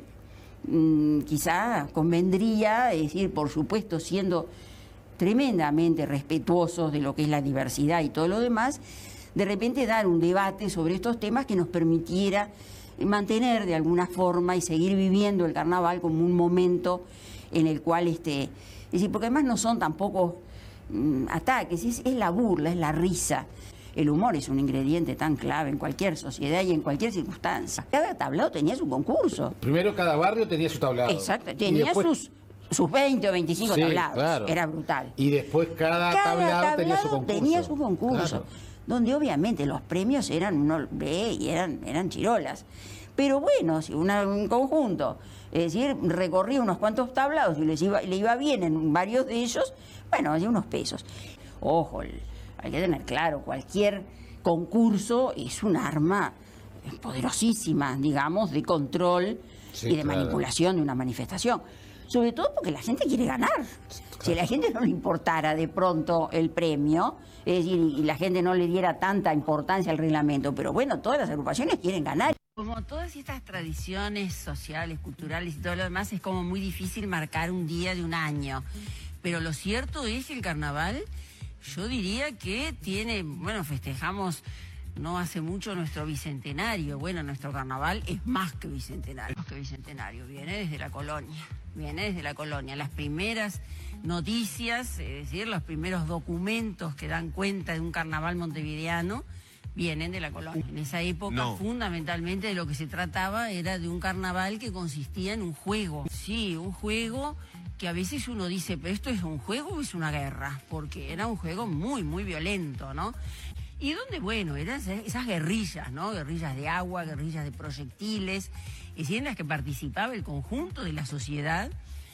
mmm, quizá convendría, es decir, por supuesto, siendo... tremendamente respetuosos de lo que es la diversidad y todo lo demás, de repente dar un debate sobre estos temas que nos permitiera mantener de alguna forma y seguir viviendo el carnaval como un momento en el cual, este, es decir, porque además no son tampoco mmm, ataques, es, es la burla, es la risa. El humor es un ingrediente tan clave en cualquier sociedad y en cualquier circunstancia. Cada tablado tenía su concurso. Primero cada barrio tenía su tablado. Exacto, tenía después... sus... sus veinte o veinticinco sí, tablados, claro. era brutal. Y después cada, cada tablado, tablado tenía su concurso. Tenía su concurso, claro. donde obviamente los premios eran uno ve y eran, eran chirolas. Pero bueno, si una, un conjunto, es decir, recorría unos cuantos tablados y les iba, le iba bien en varios de ellos, bueno, hacía unos pesos. Ojo, hay que tener claro, cualquier concurso es un arma poderosísima, digamos, de control sí, y de claro. manipulación de una manifestación. Sobre todo porque la gente quiere ganar. Claro. Si a la gente no le importara de pronto el premio, es decir, y la gente no le diera tanta importancia al reglamento, pero bueno, todas las agrupaciones quieren ganar. Como todas estas tradiciones sociales, culturales y todo lo demás, es como muy difícil marcar un día de un año. Pero lo cierto es que el carnaval, yo diría que tiene, bueno, festejamos... no hace mucho nuestro bicentenario. Bueno, nuestro carnaval es más que bicentenario. Más que bicentenario, viene desde la colonia. Viene desde la colonia. Las primeras noticias, es decir, los primeros documentos que dan cuenta de un carnaval montevideano, vienen de la colonia. En esa época, no. fundamentalmente, de lo que se trataba era de un carnaval que consistía en un juego. Sí, un juego que a veces uno dice, ¿pero esto es un juego o es una guerra? Porque era un juego muy, muy violento, ¿no? Y donde, bueno, eran esas guerrillas, ¿no? Guerrillas de agua, guerrillas de proyectiles, es decir, en las que participaba el conjunto de la sociedad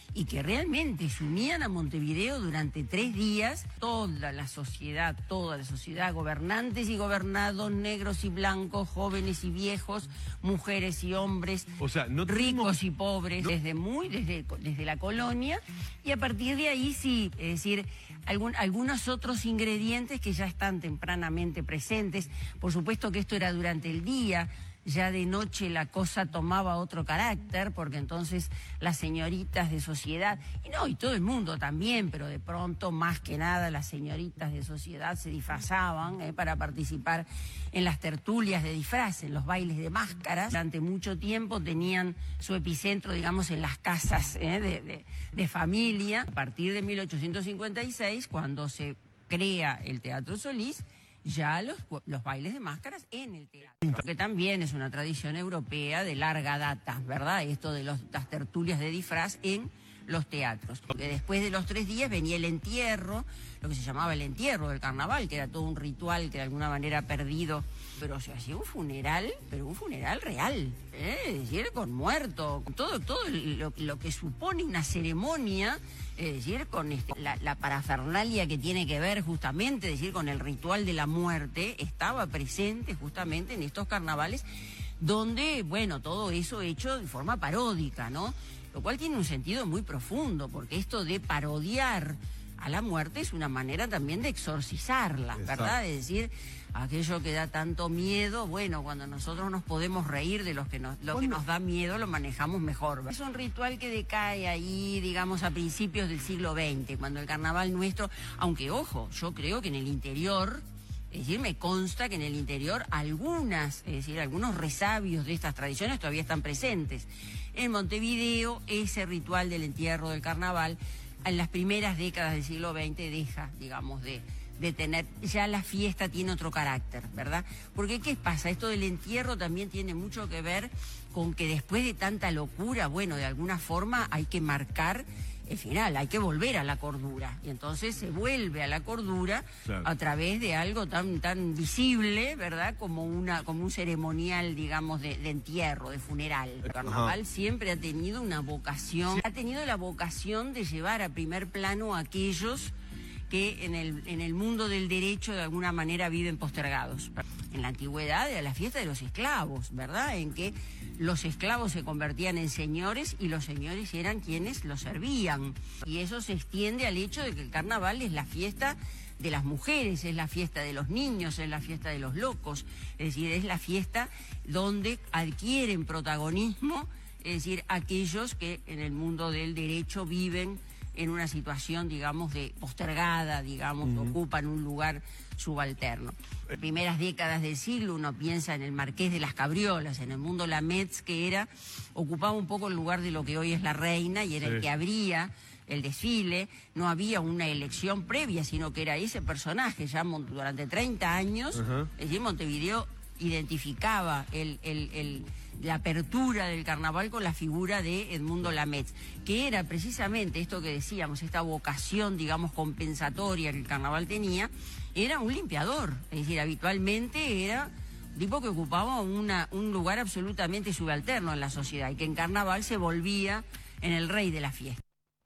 y que realmente se unían a Montevideo durante tres días, toda la sociedad, toda la sociedad, gobernantes y gobernados, negros y blancos, jóvenes y viejos, mujeres y hombres, o sea, no ricos tuvimos... y pobres, no. desde muy, desde, desde la colonia, y a partir de ahí sí, es decir, algún, algunos otros ingredientes que ya están tempranamente presentes. Por supuesto que esto era durante el día. Ya de noche la cosa tomaba otro carácter, porque entonces las señoritas de sociedad, y no, y todo el mundo también, pero de pronto, más que nada, las señoritas de sociedad se disfrazaban eh, para participar en las tertulias de disfraz, en los bailes de máscaras. Durante mucho tiempo tenían su epicentro, digamos, en las casas eh, de, de, de familia. A partir de mil ochocientos cincuenta y seis, cuando se crea el Teatro Solís, ya los, los bailes de máscaras en el teatro, que también es una tradición europea de larga data, ¿verdad? Esto de los, las tertulias de disfraz en los teatros. Porque después de los tres días venía el entierro, lo que se llamaba el entierro del carnaval, que era todo un ritual que de alguna manera perdido, pero se hacía un funeral, pero un funeral real, ¿eh? Es decir, con muerto, con todo, todo lo, lo que supone una ceremonia, es decir, con este, la, la parafernalia que tiene que ver justamente, es decir, con el ritual de la muerte, estaba presente justamente en estos carnavales, donde, bueno, todo eso hecho de forma paródica, ¿no? Lo cual tiene un sentido muy profundo, porque esto de parodiar a la muerte es una manera también de exorcizarla, ¿verdad? Es decir, aquello que da tanto miedo, bueno, cuando nosotros nos podemos reír de los que nos, lo que nos da miedo, lo manejamos mejor. Es un ritual que decae ahí, digamos, a principios del siglo veinte, cuando el carnaval nuestro, aunque ojo, yo creo que en el interior, es decir, me consta que en el interior algunas, es decir, algunos resabios de estas tradiciones todavía están presentes. En Montevideo, ese ritual del entierro del carnaval, en las primeras décadas del siglo veinte deja, digamos, de, de tener, ya la fiesta tiene otro carácter, ¿verdad? Porque ¿qué pasa? Esto del entierro también tiene mucho que ver con que después de tanta locura, bueno, de alguna forma hay que marcar el final, hay que volver a la cordura. Y entonces se vuelve a la cordura, claro, a través de algo tan tan visible, ¿verdad? Como una como un ceremonial, digamos, de, de entierro, de funeral. El carnaval Ajá. siempre ha tenido una vocación, ha tenido la vocación de llevar a primer plano a aquellos que en el, en el mundo del derecho de alguna manera viven postergados. En la antigüedad era la fiesta de los esclavos, ¿verdad? En que los esclavos se convertían en señores y los señores eran quienes los servían. Y eso se extiende al hecho de que el carnaval es la fiesta de las mujeres, es la fiesta de los niños, es la fiesta de los locos, es decir, es la fiesta donde adquieren protagonismo, es decir, aquellos que en el mundo del derecho viven en una situación, digamos, de postergada, digamos, uh-huh. ocupan un lugar subalterno. En primeras décadas del siglo uno piensa en el Marqués de las Cabriolas, en el mundo la Metz, que era, ocupaba un poco el lugar de lo que hoy es la reina, y era sí. el que abría el desfile. No había una elección previa, sino que era ese personaje, ya durante treinta años, uh-huh. es decir, Montevideo identificaba el, el, el, la apertura del carnaval con la figura de Edmundo Lametz, que era precisamente esto que decíamos, esta vocación, digamos, compensatoria que el carnaval tenía, era un limpiador, es decir, habitualmente era un tipo que ocupaba una, un lugar absolutamente subalterno en la sociedad y que en carnaval se volvía en el rey de la fiesta.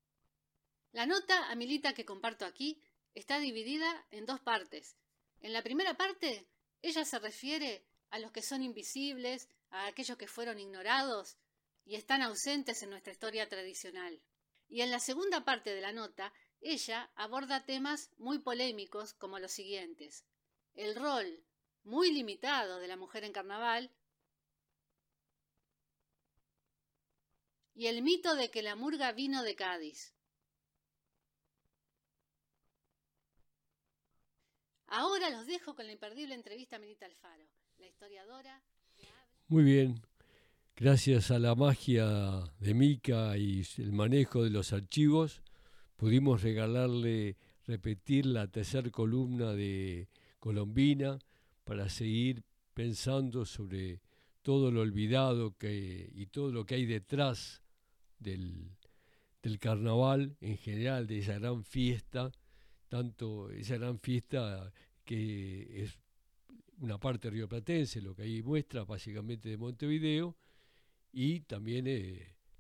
La nota, Amilita, que comparto aquí, está dividida en dos partes. En la primera parte, ella se refiere a los que son invisibles, a aquellos que fueron ignorados y están ausentes en nuestra historia tradicional. Y en la segunda parte de la nota, ella aborda temas muy polémicos como los siguientes: el rol muy limitado de la mujer en carnaval y el mito de que la murga vino de Cádiz. Ahora los dejo con la imperdible entrevista a Milita Alfaro, la historiadora. Muy bien, gracias a la magia de Mica y el manejo de los archivos, pudimos regalarle, repetir la tercera columna de Colombina para seguir pensando sobre todo lo olvidado que, y todo lo que hay detrás del, del carnaval en general, de esa gran fiesta, tanto esa gran fiesta que es una parte rioplatense, lo que ahí muestra básicamente de Montevideo, y también eh,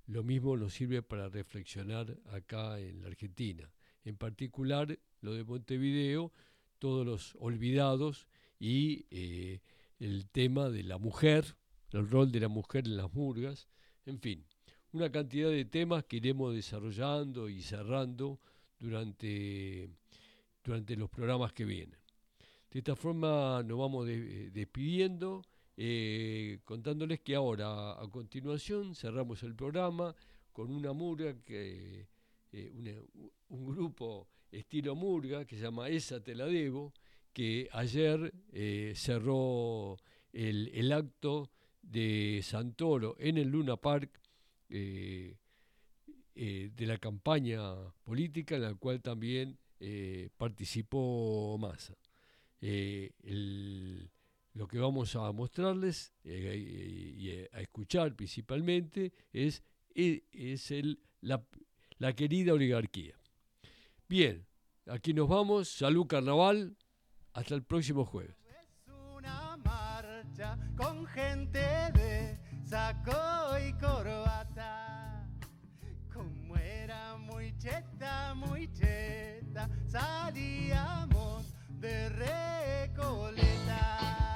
lo mismo nos sirve para reflexionar acá en la Argentina. En particular, lo de Montevideo, todos los olvidados y eh, el tema de la mujer, el rol de la mujer en las murgas, en fin, una cantidad de temas que iremos desarrollando y cerrando durante, durante los programas que vienen. De esta forma nos vamos de, despidiendo, eh, contándoles que ahora, a continuación, cerramos el programa con una murga, que, eh, una, un grupo estilo murga que se llama Esa Te La Debo, que ayer eh, cerró el, el acto de Santoro en el Luna Park, eh, eh, de la campaña política en la cual también eh, participó Massa. Eh, el, lo que vamos a mostrarles eh, y eh, a escuchar principalmente es, es el, la, la querida oligarquía. Bien, aquí nos vamos. Salud Carnaval. Hasta el próximo jueves. Es una marcha con gente de saco y corbata. Como era muy cheta, muy cheta, salíamos de Recoleta.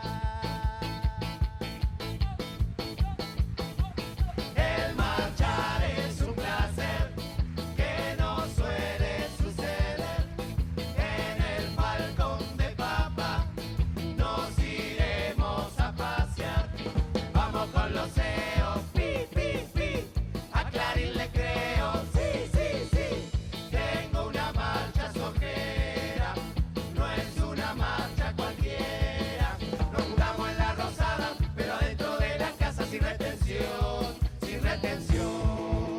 El marchar es un placer que no suele suceder. En el balcón de papa nos iremos a pasear. Vamos con los C E O, pi, pi, pi, a Clarín le creo, sí, sí, sí. Tengo una marcha sojera, no es una marcha cualquiera. Nos juntamos en la Rosada, pero adentro de la casa sin retención, sin retención.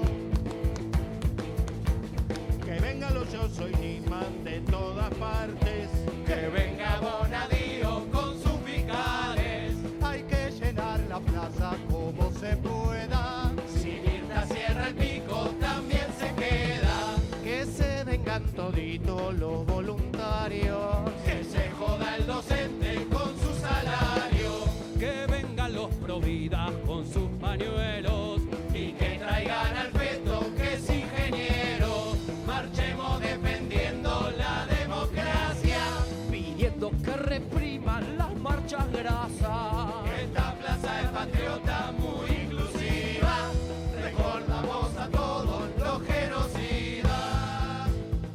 Que vengan los Yo Soy Nisman de todas partes. Que venga Bonadío con sus fiscales. Hay que llenar la plaza como se pueda. Si Mirta cierra el pico también se queda. Que se vengan toditos los voluntarios. Que se joda el docente con su salario. Que vengan los providas con sus pañuelos. Y que traigan al feto que es ingeniero. Marchemos defendiendo la democracia, pidiendo que repriman las marchas grasas. Esta plaza es patriota, muy inclusiva. Recordamos a todos los genocidas.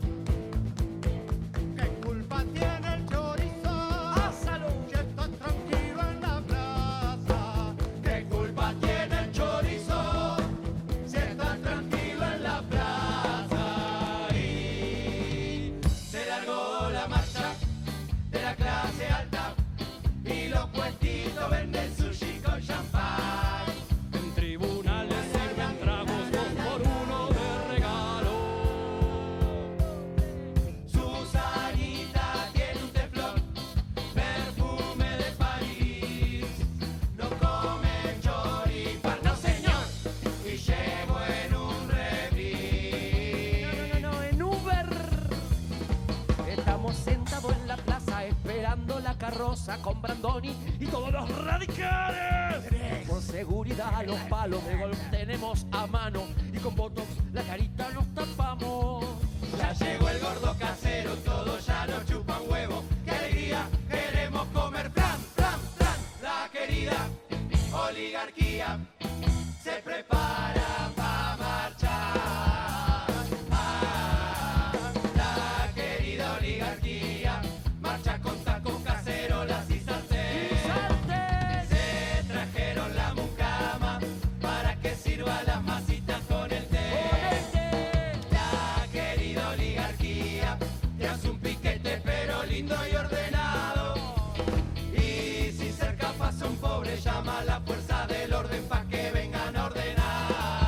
¿Qué culpa tiene el chorizo? ¡A salud! Si está tranquilo en la plaza. ¿Qué culpa tiene el chorizo? Si está tranquilo en la plaza. Y se largó la marcha de la clase alta y los puestitos venden sushi con champán. En tribunales sirven tragos dos por uno de regalo. Susanita tiene un teflón, perfume de París. No come choripán, no señor, y llevo en un refri. No, no, no, no, en Uber. Estamos sentados en la plaza esperando la carroza con Brandoni y todos los radicales. Por seguridad los palos de golf tenemos a mano y con botox la carita nos tapamos. Ya llegó el gordo casero, todos ya nos chupan huevo. ¡Qué alegría! Queremos comer flan, flan, flan. La querida oligarquía se prepara para marchar. Ah, la querida oligarquía marcha con tacos cacerolas y sartén. Se trajeron la mucama para que sirva las masitas con el té. La querida oligarquía te hace un piquete pero lindo y ordenado. Y si cerca pasa un pobre, llama a la fuerza del orden pa' que vengan a ordenar.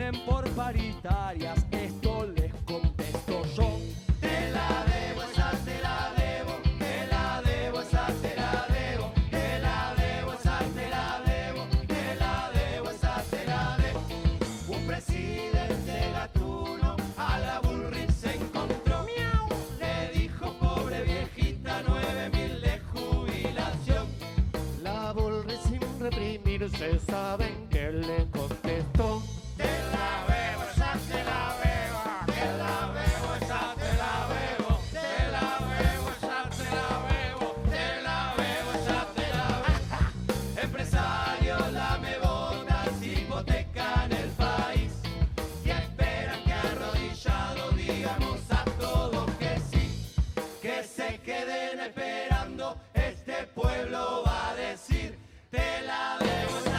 vienen por paritarias, esto les contesto yo. Te la debo, esa te la debo, te la debo, esa te la debo, te la debo, esa te la debo, te la debo, esa te la debo. Un presidente gatuno a la Bullrich se encontró, miau, le dijo pobre viejita, nueve mil de jubilación. La Bullrich sin reprimirse, saben que le contestó. Te la bebo, esa te la bebo, te la bebo, esa te la bebo, te la bebo, esa te la bebo, te la bebo, esa te la bebo. Empresarios lame botas, hipotecan el país y esperan que arrodillado digamos a todos que sí, que se queden esperando, este pueblo va a decir, te la debo.